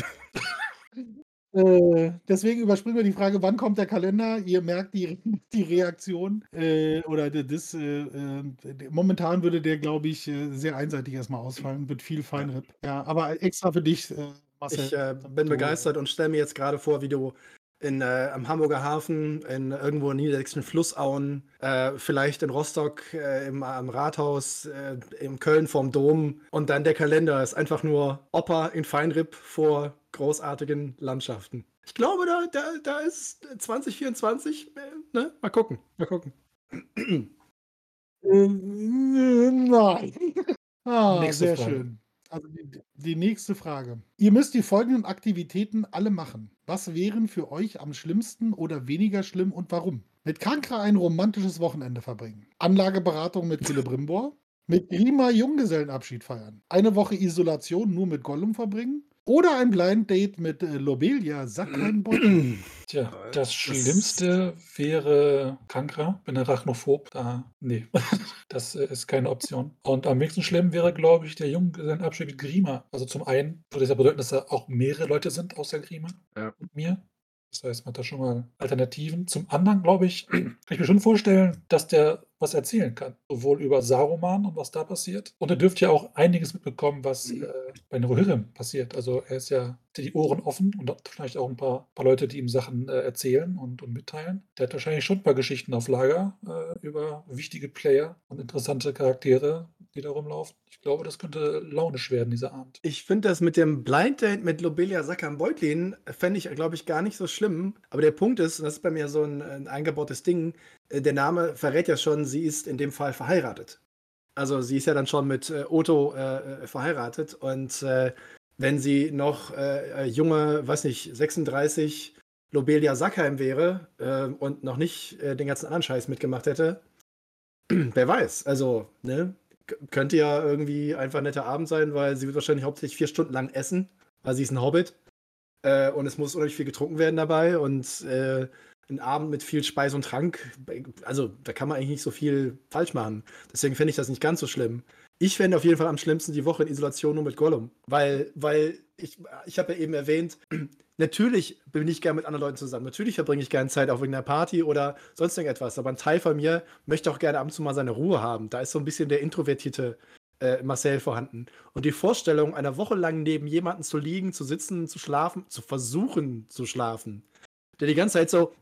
Äh, deswegen überspringen wir die Frage, wann kommt der Kalender? Ihr merkt die die Reaktion, äh, oder d das, äh, äh, d momentan würde der, glaube ich, äh, sehr einseitig erst mal ausfallen mit viel Ja. Feinripp. Ja, aber extra für dich, äh, Ich, Marcel, äh, damit bin du, äh begeistert und stelle mir jetzt grade vor, wie du in, äh, am Hamburger Hafen, in irgendwo in niedersächsischen Flussauen, äh, vielleicht in Rostock äh, im, am Rathaus, äh, in Köln vorm Dom und dann der Kalender ist einfach nur Opa in Feinripp vor großartigen Landschaften. Ich glaube, da, da, da ist zwanzig vierundzwanzig, äh, ne? Mal gucken, mal gucken. Ähm, nein. Ah, Nächste sehr Frage. schön. Also die, die nächste Frage. Ihr müsst die folgenden Aktivitäten alle machen. Was wären für euch am schlimmsten oder weniger schlimm und warum? Mit Kankra ein romantisches Wochenende verbringen. Anlageberatung mit Celebrimbor. Mit Grima Junggesellenabschied feiern. Eine Woche Isolation nur mit Gollum verbringen. Oder ein Blind Date mit äh, Lobelia Sackheim-Beutel. Tja, Äh, das das- Schlimmste wäre Kankra. Bin arachnophob. Da, nee, das äh, ist keine Option. Und am wenigsten schlimm wäre, glaube ich, der Junggesellenabschied mit Grima. Also zum einen würde das ja bedeuten, dass da auch mehrere Leute sind außer Grima Ja. und mir. Das heißt, man hat da schon mal Alternativen. Zum anderen, glaube ich, kann ich mir schon vorstellen, dass der was erzählen kann. Sowohl über Saruman und was da passiert. Und er dürfte ja auch einiges mitbekommen, was äh, bei Rohirrim passiert. Also er ist ja hat ja die Ohren offen und hat vielleicht auch ein paar, paar Leute, die ihm Sachen äh, erzählen und, und mitteilen. Der hat wahrscheinlich schon ein paar Geschichten auf Lager äh, über wichtige Player und interessante Charaktere, die da rumlaufen. Ich glaube, das könnte launisch werden, dieser Abend. Ich finde das mit dem Blind Date mit Lobelia Sackheim-Beutlin, fände ich, glaube ich, gar nicht so schlimm. Aber der Punkt ist, und das ist bei mir so ein, ein eingebautes Ding, äh, der Name verrät ja schon, sie ist in dem Fall verheiratet. Also sie ist ja dann schon mit äh, Otto äh, äh, verheiratet und äh, wenn sie noch äh, äh, junge, weiß nicht, sechsunddreißig Lobelia Sackheim wäre äh, und noch nicht äh, den ganzen anderen Scheiß mitgemacht hätte, wer weiß. Also, ne? K- Könnte ja irgendwie einfach ein netter Abend sein, weil sie wird wahrscheinlich hauptsächlich vier Stunden lang essen, weil sie ist ein Hobbit. Äh, und es muss unheimlich viel getrunken werden dabei und äh, ein Abend mit viel Speis und Trank, also da kann man eigentlich nicht so viel falsch machen. Deswegen fände ich das nicht ganz so schlimm. Ich fände auf jeden Fall am schlimmsten die Woche in Isolation nur mit Gollum, weil, weil ich, ich habe ja eben erwähnt, natürlich bin ich gerne mit anderen Leuten zusammen. Natürlich verbringe ich gerne Zeit auch wegen einer Party oder sonst irgendetwas. Aber ein Teil von mir möchte auch gerne ab und zu mal seine Ruhe haben. Da ist so ein bisschen der introvertierte äh, Marcel vorhanden. Und die Vorstellung, einer Woche lang neben jemandem zu liegen, zu sitzen, zu schlafen, zu versuchen zu schlafen, der die ganze Zeit so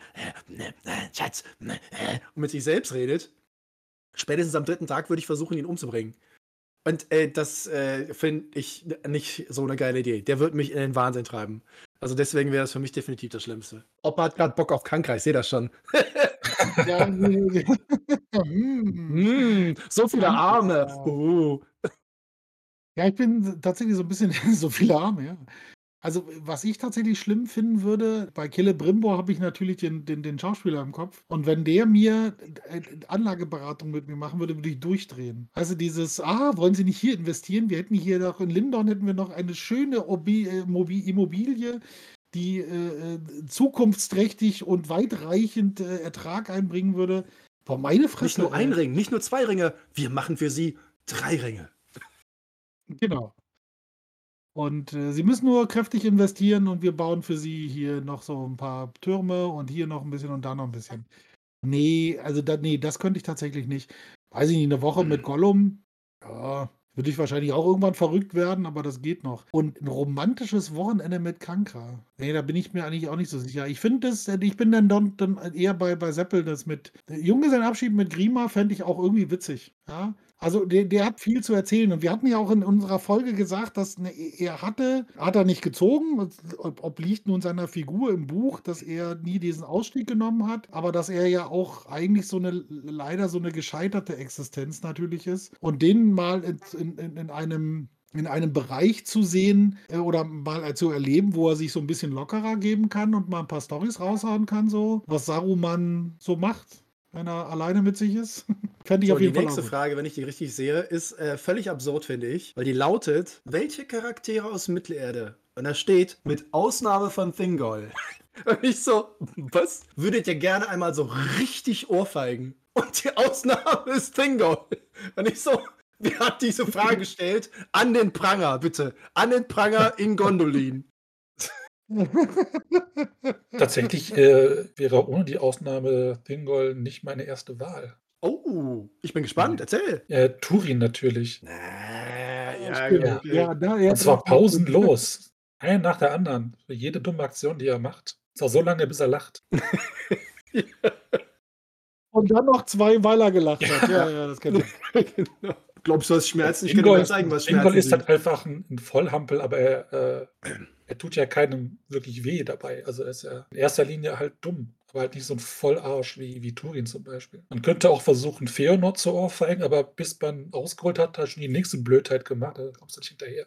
Schatz und mit sich selbst redet, spätestens am dritten Tag würde ich versuchen, ihn umzubringen. Und äh, das äh, finde ich nicht so eine geile Idee. Der wird mich in den Wahnsinn treiben. Also deswegen wäre das für mich definitiv das Schlimmste. Opa hat gerade Bock auf Kankra, ich sehe das schon. Ja, nee. Hm. Mm, so viele Kankra. Arme. Uh. Ja, ich bin tatsächlich so ein bisschen so viele Arme, ja. Also, was ich tatsächlich schlimm finden würde, bei Celebrimbor habe ich natürlich den, den, den Schauspieler im Kopf. Und wenn der mir äh, Anlageberatung mit mir machen würde, würde ich durchdrehen. Also dieses, ah, wollen Sie nicht hier investieren? Wir hätten hier noch in Lindorn hätten wir noch eine schöne Obi äh, Mobi Immobilie, die äh, äh, zukunftsträchtig und weitreichend äh, Ertrag einbringen würde. Boah, meine Fresse. Nicht nur ein äh, Ring, nicht nur zwei Ringe. Wir machen für Sie drei Ringe. Genau. Und äh, Sie müssen nur kräftig investieren und wir bauen für Sie hier noch so ein paar Türme und hier noch ein bisschen und da noch ein bisschen. Nee, also da, nee, das könnte ich tatsächlich nicht. Weiß ich nicht, eine Woche mit Gollum, ja, würde ich wahrscheinlich auch irgendwann verrückt werden, aber das geht noch. Und ein romantisches Wochenende mit Kankra. Nee, da bin ich mir eigentlich auch nicht so sicher. Ich finde das, ich bin dann, dann, dann eher bei, bei Seppel, das mit Junggesellenabschied mit Grima fände ich auch irgendwie witzig. Ja. Also der, der hat viel zu erzählen und wir hatten ja auch in unserer Folge gesagt, dass ne, er hatte, hat er nicht gezogen, ob, obliegt nun seiner Figur im Buch, dass er nie diesen Ausstieg genommen hat, aber dass er ja auch eigentlich so eine, leider so eine gescheiterte Existenz natürlich ist und den mal in, in, in einem in einem Bereich zu sehen äh, oder mal zu erleben, wo er sich so ein bisschen lockerer geben kann und mal ein paar Storys raushauen kann, so was Saruman so macht, wenn er alleine mit sich ist. Fände ich So, auf die jeden Fall auch nächste gut. Frage, wenn ich die richtig sehe, ist äh, völlig absurd, finde ich, weil die lautet, welche Charaktere aus Mittelerde? Und da steht, mit Ausnahme von Thingol. Und ich so, was? Würdet ihr gerne einmal so richtig ohrfeigen? Und die Ausnahme ist Thingol. Und ich so, wer hat diese Frage gestellt? An den Pranger, bitte. An den Pranger in Gondolin. Tatsächlich äh, wäre ohne die Ausnahme Thingol nicht meine erste Wahl. Oh, ich bin gespannt, erzähl. Äh, Turin natürlich. Äh, ja, Stimmt. okay. Ja, da, ja, Und zwar doch, pausenlos. Eine nach der anderen. Für jede dumme Aktion, die er macht. Zwar so lange, bis er lacht. Und dann noch zwei, weil er gelacht hat. Ja, Ja. ja, das kennt man. Genau. Glaubst du, was Schmerzen? Ich kann dir Ingol mal ist, zeigen, was Ingol Schmerzen ist halt sind. einfach ein, ein Vollhampel, aber er, äh, er tut ja keinem wirklich weh dabei. Also er ist ja in erster Linie halt dumm, aber halt nicht so ein Vollarsch wie, wie Turin zum Beispiel. Man könnte auch versuchen, Feanor zu ohrfeigen, aber bis man ausgeholt hat, hat er schon die nächste Blödheit gemacht, da kommst du nicht hinterher.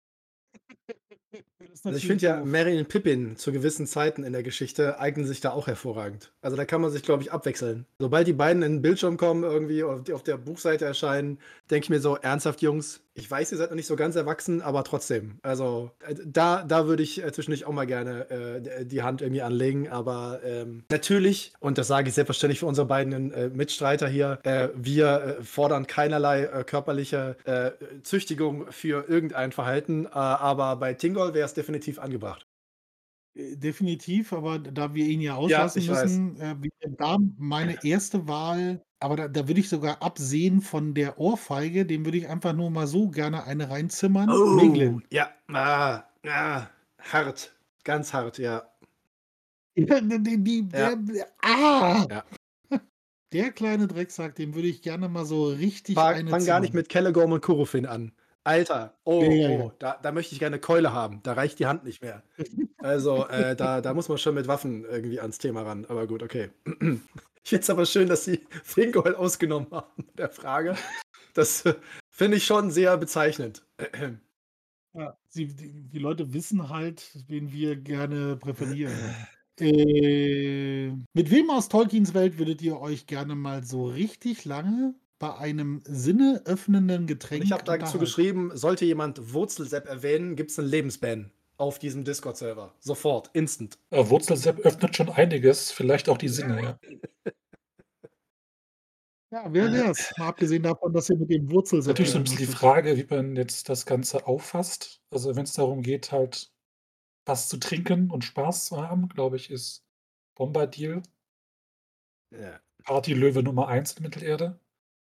Das ist Also ich natürlich finde ja, doof. Merry und Pippin zu gewissen Zeiten in der Geschichte eignen sich da auch hervorragend. Also da kann man sich, glaube ich, abwechseln. Sobald die beiden in den Bildschirm kommen, irgendwie auf, die, auf der Buchseite erscheinen, denke ich mir so, ernsthaft, Jungs, ich weiß, ihr seid noch nicht so ganz erwachsen, aber trotzdem. Also äh, da, da würde ich äh, zwischendurch auch mal gerne äh, die Hand irgendwie anlegen. Aber ähm, natürlich, und das sage ich selbstverständlich für unsere beiden äh, Mitstreiter hier, äh, wir äh, fordern keinerlei äh, körperliche äh, Züchtigung für irgendein Verhalten, äh, aber bei Tingol wäre es definitiv angebracht. Äh, Definitiv, aber da wir ihn ja Ja, auslassen ich weiß. müssen, äh, wäre da meine erste Wahl, aber da, da würde ich sogar absehen von der Ohrfeige, dem würde ich einfach nur mal so gerne eine reinzimmern. Oh, Meglin. ja, ah, ah, hart, ganz hart, ja. Ja, die, die, Ja. der, ah! Ja. Der kleine Drecksack, dem würde ich gerne mal so richtig Fang, eine fang gar nicht zimmern. mit Kellegorm und Kurofin an. Alter, oh, Ja, ja, oh, ja. da, da möchte ich gerne Keule haben. Da reicht die Hand nicht mehr. Also, äh, da, da muss man schon mit Waffen irgendwie ans Thema ran. Aber gut, okay. Ich finde es aber schön, dass sie Fingold ausgenommen haben mit der Frage. Das äh, finde ich schon sehr bezeichnend. Ja, sie, die, die Leute wissen halt, wen wir gerne präferieren. Äh, mit wem aus Tolkiens Welt würdet ihr euch gerne mal so richtig lange bei einem sinneöffnenden Und Getränk ich habe dazu unterhalten? geschrieben, sollte jemand Wurzelsepp erwähnen, gibt es einen Lebensban auf diesem Discord-Server. Sofort, instant. Aber Wurzelsepp öffnet schon einiges, vielleicht auch die Sinne, ja. Ja, wer wär's? Mal abgesehen davon, dass ihr mit dem Wurzelsepp Natürlich so ein reden bisschen die müsstet. Frage, wie man jetzt das Ganze auffasst. Also wenn es darum geht, halt was zu trinken und Spaß zu haben, glaube ich, ist Bombadil Ja. Partylöwe Nummer eins in Mittelerde.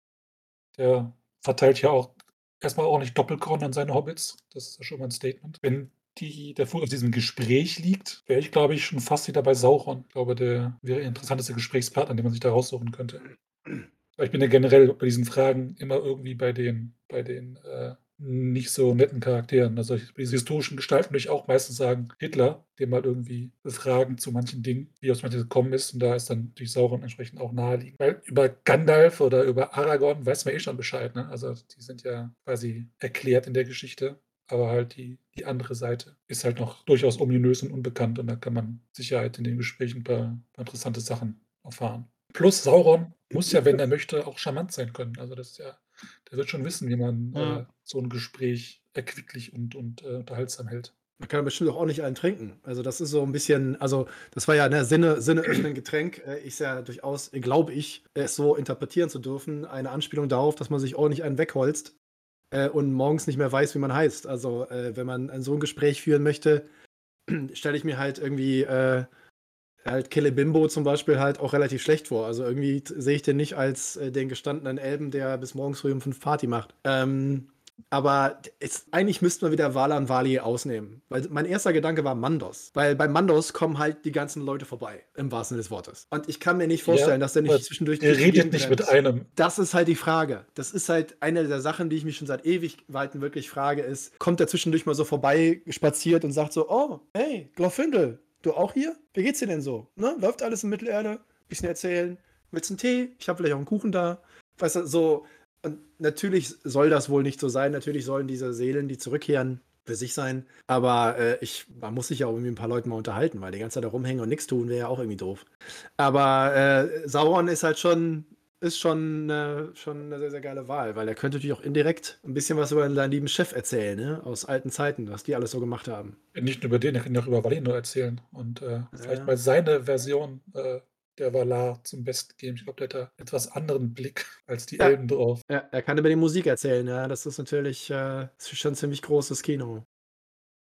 Der verteilt ja auch erstmal ordentlich Doppelkorn an seine Hobbits. Das ist ja schon mal ein Statement. Wenn die, der Fokus auf diesem Gespräch liegt, wäre ich, glaube ich, schon fast wieder bei Sauron. Ich glaube, der wäre der interessanteste Gesprächspartner, den man sich da raussuchen könnte. Aber ich bin ja generell bei diesen Fragen immer irgendwie bei den, bei den äh, nicht so netten Charakteren. Also ich, bei diesen historischen Gestalten würde ich auch meistens sagen, Hitler, den mal irgendwie befragen zu manchen Dingen, wie aus manchen gekommen ist. Und da ist dann durch Sauron entsprechend auch naheliegend. Weil über Gandalf oder über Aragorn weiß man eh schon Bescheid. Ne? Also die sind ja quasi erklärt in der Geschichte. Aber halt die, die andere Seite ist halt noch durchaus ominös und unbekannt. Und da kann man Sicherheit in den Gesprächen ein paar, paar interessante Sachen erfahren. Plus Sauron muss ja, wenn er möchte, auch charmant sein können. Also das ist ja, der wird schon wissen, wie man Ja. äh, so ein Gespräch erquicklich und, und äh, unterhaltsam hält. Man kann bestimmt auch ordentlich einen trinken. Also das ist so ein bisschen, also das war ja ne, Sinne, Sinne öffnen Getränk, äh, ist ja durchaus, äh, glaube ich, es so interpretieren zu dürfen, eine Anspielung darauf, dass man sich ordentlich einen wegholzt äh, und morgens nicht mehr weiß, wie man heißt. Also äh, wenn man ein so ein Gespräch führen möchte, stelle ich mir halt irgendwie äh, halt Celebrimbor zum Beispiel halt auch relativ schlecht vor. Also irgendwie t- sehe ich den nicht als äh, den gestandenen Elben, der bis morgens früh um fünf Party macht. Ähm, aber es, eigentlich müssten wir wieder Valan Vali ausnehmen. Weil mein erster Gedanke war Mandos. Weil bei Mandos kommen halt die ganzen Leute vorbei, im wahrsten Sinne des Wortes. Und ich kann mir nicht vorstellen, Ja, dass der aber nicht zwischendurch er durch die redet Gegend nicht mit rennt. einem. Das ist halt die Frage. Das ist halt eine der Sachen, die ich mich schon seit Ewigkeiten wirklich frage, ist, kommt er zwischendurch mal so vorbei spaziert und sagt so, oh, hey, Glorfindel, du auch hier? Wie geht's dir denn so? Ne? Läuft alles in Mittelerde? Bisschen erzählen? Willst du einen Tee? Ich habe vielleicht auch einen Kuchen da. Weißt du, so. Und natürlich soll das wohl nicht so sein. Natürlich sollen diese Seelen, die zurückkehren, für sich sein. Aber äh, ich, man muss sich ja auch irgendwie ein paar Leuten mal unterhalten, weil die ganze Zeit da rumhängen und nichts tun wäre ja auch irgendwie doof. Aber äh, Sauron ist halt schon, ist schon, äh, schon eine sehr, sehr geile Wahl, weil er könnte natürlich auch indirekt ein bisschen was über seinen lieben Chef erzählen, ne? Aus alten Zeiten, was die alles so gemacht haben. Nicht nur über den, er kann ja auch über Valinor erzählen. Und äh, vielleicht Ja. mal seine Version äh, der Valar zum Besten geben. Ich glaube, der hat da etwas anderen Blick als die Ja. Elben drauf. Ja, er kann über die Musik erzählen, ja. Das ist natürlich äh, ist schon ziemlich großes Kino.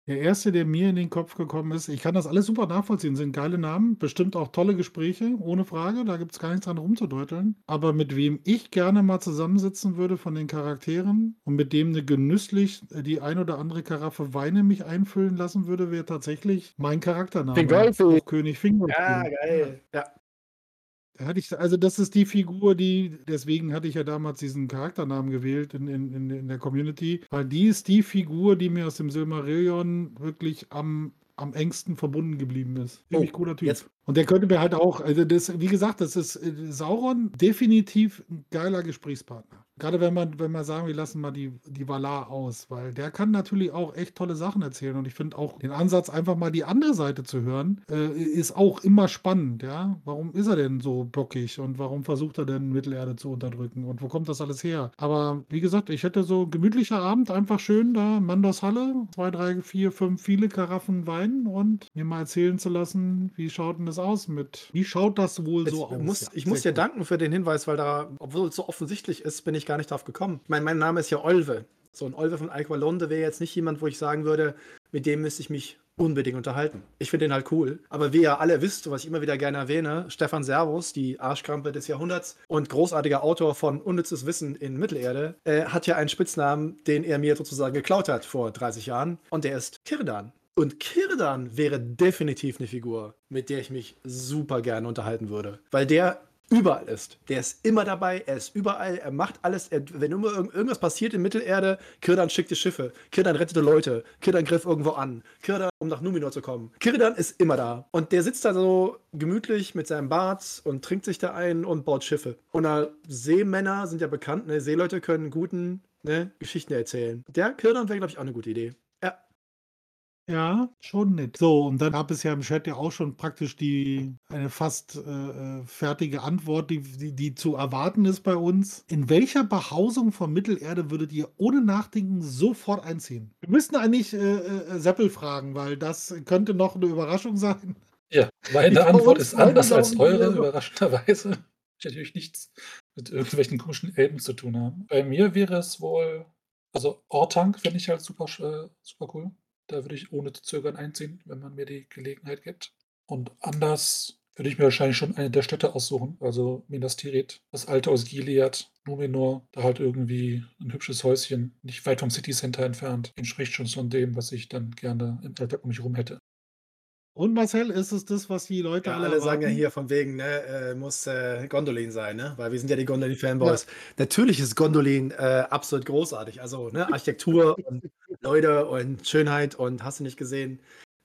Der erste, der mir in den Kopf gekommen ist, ich kann das alles super nachvollziehen, sind geile Namen, bestimmt auch tolle Gespräche, ohne Frage, da gibt es gar nichts dran rumzudeuteln. Aber mit wem ich gerne mal zusammensitzen würde von den Charakteren und mit dem eine genüsslich äh, die ein oder andere Karaffe Wein in mich einfüllen lassen würde, wäre tatsächlich mein Charaktername. Fingolfi. Hofkönig Fingolfi. Ja, geil. Ja. Da hatte ich, also das ist die Figur, die, deswegen hatte ich ja damals diesen Charakternamen gewählt in, in, in, in der Community, weil die ist die Figur, die mir aus dem Silmarillion wirklich am, am engsten verbunden geblieben ist. Ziemlich Oh, cooler Typ. jetzt- Und der könnte mir halt auch, also das, wie gesagt, das ist äh, Sauron definitiv ein geiler Gesprächspartner. Gerade wenn man, wenn man sagen, wir lassen mal die, die Valar aus, weil der kann natürlich auch echt tolle Sachen erzählen. Und ich finde auch den Ansatz, einfach mal die andere Seite zu hören, äh, ist auch immer spannend, ja. Warum ist er denn so bockig und warum versucht er denn Mittelerde zu unterdrücken und wo kommt das alles her? Aber wie gesagt, ich hätte so gemütlicher Abend, einfach schön da in Mandos Halle, zwei, drei, vier, fünf, viele Karaffen Wein und mir mal erzählen zu lassen, wie schaut denn das aus mit, wie schaut das wohl Jetzt so aus? muss, Ja, ich muss sehr dir cool. danken für den Hinweis, weil da, obwohl es so offensichtlich ist, bin ich gar nicht drauf gekommen. Ich meine, mein Name ist ja Olve. So ein Olve von Alqualonde wäre jetzt nicht jemand, wo ich sagen würde, mit dem müsste ich mich unbedingt unterhalten. Ich finde den halt cool. Aber wie ihr alle wisst, was ich immer wieder gerne erwähne, Stefan Servus, die Arschkrampe des Jahrhunderts und großartiger Autor von Unnützes Wissen in Mittelerde, äh, hat ja einen Spitznamen, den er mir sozusagen geklaut hat vor dreißig Jahren. Und der ist Kirdan. Und Kirdan wäre definitiv eine Figur, mit der ich mich super gerne unterhalten würde. Weil der überall ist. Der ist immer dabei, er ist überall, er macht alles. Er, wenn immer irgend, irgendwas passiert in Mittelerde, Kirdan schickte Schiffe, Kirdan rettete Leute, Kirdan griff irgendwo an, Kirdan, um nach Numenor zu kommen. Kirdan ist immer da. Und der sitzt da so gemütlich mit seinem Bart und trinkt sich da ein und baut Schiffe. Und äh, Seemänner sind ja bekannt, ne? Seeleute können guten ne, Geschichten erzählen. Der Kirdan wäre, glaube ich, auch eine gute Idee. Ja. Ja, schon nett. So, und dann gab es ja im Chat ja auch schon praktisch die eine fast äh, äh, fertige Antwort, die, die, die zu erwarten ist bei uns. In welcher Behausung von Mittelerde würdet ihr ohne Nachdenken sofort einziehen? Wir müssten eigentlich äh, äh, Seppel fragen, weil das könnte noch eine Überraschung sein. Ja, meine Die Antwort uns ist anders beide als glauben, eure, die so- überraschenderweise. Ich natürlich nichts mit irgendwelchen komischen Elben zu tun haben. Bei mir wäre es wohl, also Ortank finde ich halt super, sch- äh, super cool. Da würde ich ohne zu zögern einziehen, wenn man mir die Gelegenheit gibt. Und anders würde ich mir wahrscheinlich schon eine der Städte aussuchen. Also Minas Tirith, das alte aus Gilead, Numenor, da halt irgendwie ein hübsches Häuschen, nicht weit vom City Center entfernt. Entspricht schon von dem, was ich dann gerne im Alltag um mich herum hätte. Und Marcel, ist es das, was die Leute Ja, alle alle sagen ja erwarten? hier von wegen, ne, äh, muss äh, Gondolin sein, ne? Weil wir sind ja die Gondolin-Fanboys. Natürlich ist Gondolin äh, absolut großartig. Also, ne, Architektur und Leute und Schönheit und hast du nicht gesehen.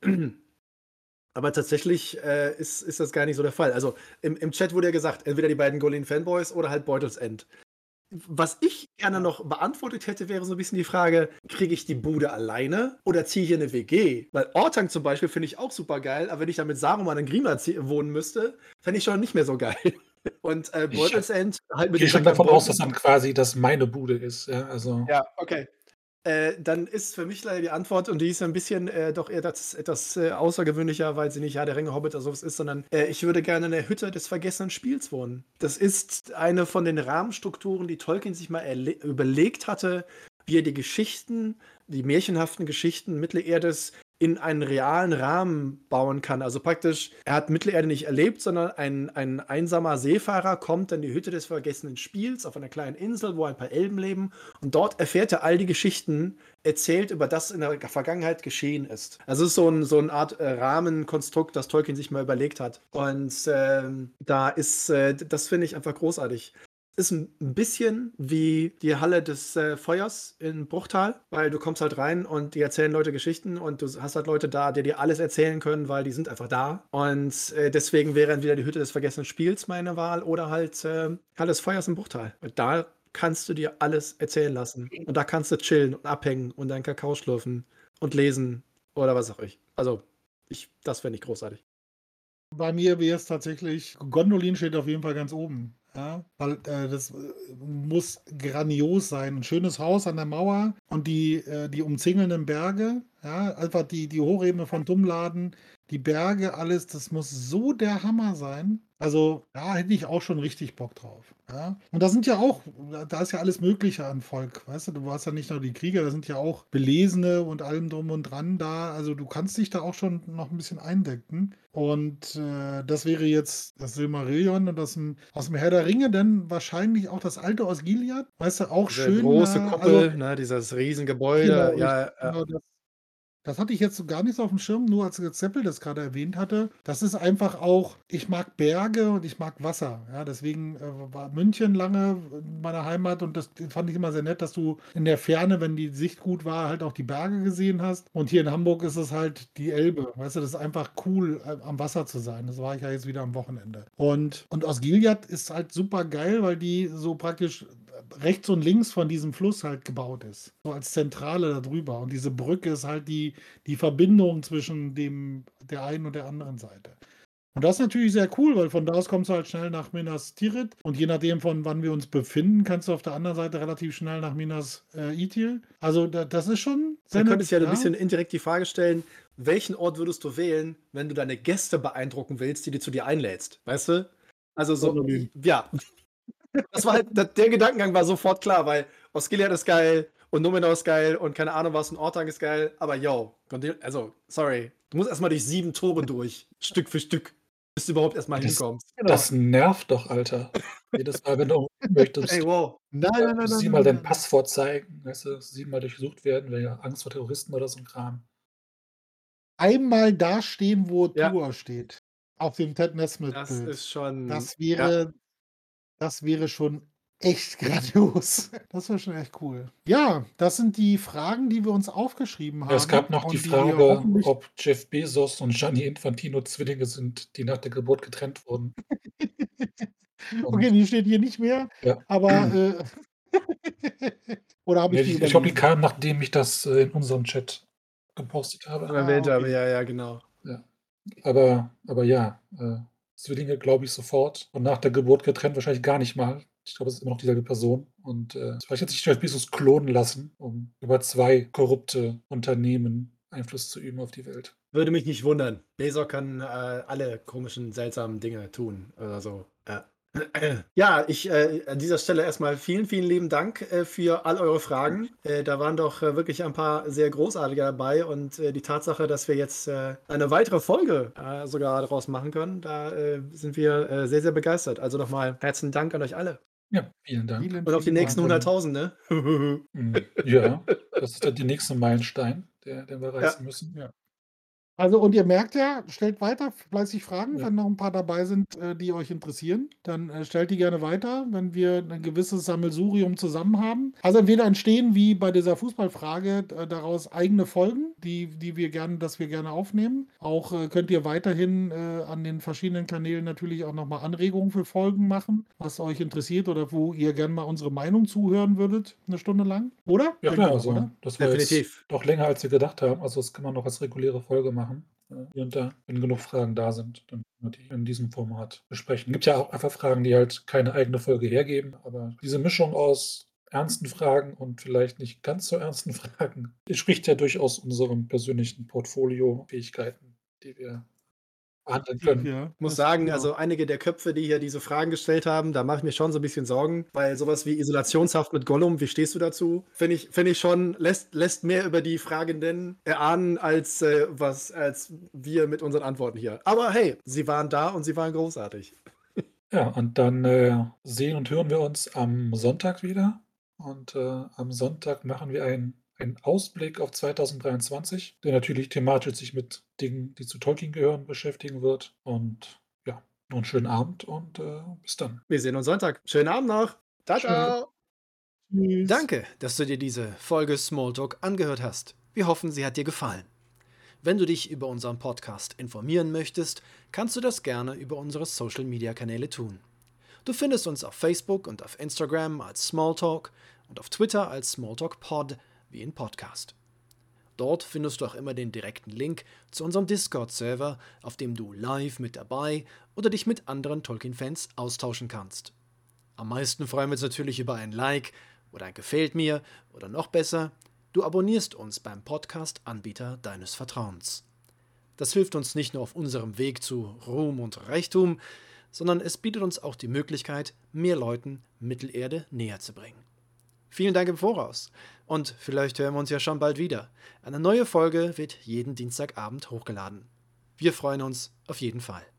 Aber tatsächlich äh, ist, ist das gar nicht so der Fall. Also im, im Chat wurde ja gesagt, entweder die beiden Gondolin-Fanboys oder halt Beutels End. Was ich gerne noch beantwortet hätte, wäre so ein bisschen die Frage, kriege ich die Bude alleine oder ziehe ich in eine W G? Weil Ortank zum Beispiel finde ich auch super geil, aber wenn ich dann mit Saruman in Grima zie- wohnen müsste, fände ich schon nicht mehr so geil. Und äh, Ich Beutels End halt Ich mit gehe den schon Jack davon aus, Bolton- dass dann quasi das meine Bude ist. Ja, also Ja, okay. Äh, dann ist für mich leider die Antwort, und die ist ein bisschen äh, doch eher das, etwas äh, außergewöhnlicher, weil sie nicht ja der Ringe Hobbit oder sowas ist, sondern äh, ich würde gerne in der Hütte des vergessenen Spiels wohnen. Das ist eine von den Rahmenstrukturen, die Tolkien sich mal erle- überlegt hatte, wie er die Geschichten, die märchenhaften Geschichten Mittelerdes in einen realen Rahmen bauen kann. Also praktisch, er hat Mittelerde nicht erlebt, sondern ein, ein einsamer Seefahrer kommt in die Hütte des vergessenen Spiels auf einer kleinen Insel, wo ein paar Elben leben. Und dort erfährt er all die Geschichten, erzählt über das in der Vergangenheit geschehen ist. Also es ist so, ein, so eine Art äh, Rahmenkonstrukt, das Tolkien sich mal überlegt hat. Und ähm, da ist, äh, das finde ich einfach großartig. Ist ein bisschen wie die Halle des äh, Feuers in Bruchtal, weil du kommst halt rein und die erzählen Leute Geschichten und du hast halt Leute da, die dir alles erzählen können, weil die sind einfach da. Und äh, deswegen wäre entweder die Hütte des vergessenen Spiels meine Wahl oder halt äh, Halle des Feuers in Bruchtal. Und da kannst du dir alles erzählen lassen. Und da kannst du chillen und abhängen und deinen Kakao schlürfen und lesen oder was auch ich. Also, ich, das fände ich großartig. Bei mir wäre es tatsächlich, Gondolin steht auf jeden Fall ganz oben. Ja, weil äh, das äh, muss grandios sein. Ein schönes Haus an der Mauer und die, äh, die umzingelnden Berge, ja, einfach die, die Hochebene von Dummladen, die Berge, alles, das muss so der Hammer sein. Also, da hätte ich auch schon richtig Bock drauf, ja? Und da sind ja auch da da ist ja alles Mögliche an Volk, weißt du? Du hast ja nicht nur die Krieger, da sind ja auch Belesene und allem drum und dran da. Also, du kannst dich da auch schon noch ein bisschen eindecken. Und, äh, das wäre jetzt das Silmarillion und das hm, aus dem Herr der Ringe dann wahrscheinlich auch das Alte aus Gilead, weißt du, auch Diese schön, große äh, also Kuppel, ne, dieses Riesengebäude, genau, ja, richtig, ja. genau das. Das hatte ich jetzt so gar nicht so auf dem Schirm, nur als jetzt Seppel das gerade erwähnt hatte. Das ist einfach auch ich mag Berge und ich mag Wasser, ja, deswegen, äh, war München lange meine Heimat und das fand ich immer sehr nett, dass du in der Ferne, wenn die Sicht gut war, halt auch die Berge gesehen hast. Und hier in Hamburg ist es halt die Elbe, weißt du? Das ist einfach cool, äh, am Wasser zu sein. Das war ich ja jetzt wieder am Wochenende. Und und aus Gilead ist halt super geil, weil die so praktisch rechts und links von diesem Fluss halt gebaut ist, so als Zentrale da drüber. Und diese Brücke ist halt die die Verbindung zwischen dem der einen und der anderen Seite. Und das ist natürlich sehr cool, weil von da aus kommst du halt schnell nach Minas Tirith und je nachdem, von wann wir uns befinden, kannst du auf der anderen Seite relativ schnell nach Minas, äh, Ithil. Also, da das ist schon Da sehr könntest nett, du ja ein ja. bisschen indirekt die Frage stellen, welchen Ort würdest du wählen, wenn du deine Gäste beeindrucken willst, die du zu dir einlädst, weißt du? Also so, Gondolin. ja, das war halt, da- der Gedankengang war sofort klar, weil Osgiliath ist geil und Numenor ist geil und keine Ahnung was und Orthanc ist geil, aber yo, Gondil- also, sorry, du musst erstmal durch sieben Tore durch, Stück für Stück, bis du überhaupt erstmal Das hinkommst. das nervt doch, Alter. Jedes Mal, wenn du Ey, möchtest, wow. Nein, äh, nein, nein, nein, siebenmal nein, dein nein, nein. Passwort zeigen, weißt du, siebenmal durchsucht werden, weil ja Angst vor Terroristen oder so 'n Kram. Einmal da stehen, wo Ja, Tuor steht, auf dem Ted das Nesmith-Bild. ist schon, Das ja, wäre das wäre schon echt grandios. Das wäre schon echt cool. Ja, das sind die Fragen, die wir uns aufgeschrieben Ja, es gab haben noch die und die wir Frage, hoffentlich ob Jeff Bezos und Gianni Infantino Zwillinge sind, die nach der Geburt getrennt wurden. Okay, Und die steht hier nicht mehr, ja. aber, äh oder habe Ne, ich die ich ich glaube, die überlesen? kam, nachdem ich das, äh, in unserem Chat gepostet habe. schon Ah, erwähnt habe, okay. ja, ja, genau. Ja. Aber aber ja, äh, Zwillinge glaube ich sofort und nach der Geburt getrennt wahrscheinlich gar nicht mal. Ich glaube, es ist immer noch dieselbe Person und, äh, vielleicht hat sich Jeff Bezos klonen lassen, um über zwei korrupte Unternehmen Einfluss zu üben auf die Welt. Würde mich nicht wundern. Bezos kann äh, alle komischen, seltsamen Dinge tun oder so. Ja, ja ich äh, an dieser Stelle erstmal vielen, vielen lieben Dank äh, für all eure Fragen. Äh, da waren doch äh, wirklich ein paar sehr großartige dabei und äh, die Tatsache, dass wir jetzt äh, eine weitere Folge äh, sogar daraus machen können, da äh, sind wir äh, sehr, sehr begeistert. Also nochmal herzlichen Dank an euch alle. Ja, vielen Dank. Vielen, Und auf die vielen nächsten Dank. Und hunderttausend, ne? Hm, ja, das ist dann der nächste Meilenstein, der den wir Ja. reißen müssen. ja. Also, und ihr merkt ja, stellt weiter fleißig Fragen, Ja. wenn noch ein paar dabei sind, äh, die euch interessieren, dann, äh, stellt die gerne weiter, wenn wir ein gewisses Sammelsurium zusammen haben. Also, entweder entstehen wie bei dieser Fußballfrage, äh, daraus eigene Folgen, die die wir gerne dass wir gerne aufnehmen. Auch, äh, könnt ihr weiterhin, äh, an den verschiedenen Kanälen natürlich auch noch mal Anregungen für Folgen machen, was euch interessiert oder wo ihr gerne mal unsere Meinung zuhören würdet, eine Stunde lang, oder? Ja Denkt klar, ihr doch, also oder? das war jetzt Definitiv. doch länger, als wir gedacht haben. Also, das kann man noch als reguläre Folge machen, äh, hier und da, wenn genug Fragen da sind, dann können wir die in diesem Format besprechen. Gibt ja auch einfach Fragen, die halt keine eigene Folge hergeben, aber diese Mischung aus ernsten Fragen und vielleicht nicht ganz so ernsten Fragen entspricht ja durchaus unserem persönlichen Portfolio, Fähigkeiten, die wir behandeln können. Ja, Ich muss das sagen, genau. also einige der Köpfe, die hier diese Fragen gestellt haben, da mache ich mir schon so ein bisschen Sorgen, weil sowas wie Isolationshaft mit Gollum, wie stehst du dazu? Finde ich finde ich schon, lässt lässt mehr über die Fragenden erahnen, als, äh, was als wir mit unseren Antworten hier. Aber hey, sie waren da und sie waren großartig. Ja, und dann, äh, sehen und hören wir uns am Sonntag wieder. Und, äh, am Sonntag machen wir einen einen Ausblick auf zweitausenddreiundzwanzig, der natürlich thematisch sich mit Dingen, die zu Tolkien gehören, beschäftigen wird. Und ja, noch 'n schönen Abend und, äh, bis dann. Wir sehen uns Sonntag. Schönen Abend noch. Ciao, Tschü. ciao. Tschüss. Danke, dass du dir diese Folge Smalltalk angehört hast. Wir hoffen, sie hat dir gefallen. Wenn du dich über unseren Podcast informieren möchtest, kannst du das gerne über unsere Social-Media-Kanäle tun. Du findest uns auf Facebook und auf Instagram als Smalltalk und auf Twitter als SmalltalkPod wie in Podcast. Dort findest du auch immer den direkten Link zu unserem Discord-Server, auf dem du live mit dabei oder dich mit anderen Tolkien-Fans austauschen kannst. Am meisten freuen wir uns natürlich über ein Like oder ein Gefällt mir oder noch besser, du abonnierst uns beim Podcast-Anbieter deines Vertrauens. Das hilft uns nicht nur auf unserem Weg zu Ruhm und Reichtum, sondern es bietet uns auch die Möglichkeit, mehr Leuten Mittelerde näher zu bringen. Vielen Dank im Voraus und vielleicht hören wir uns ja schon bald wieder. Eine neue Folge wird jeden Dienstagabend hochgeladen. Wir freuen uns auf jeden Fall.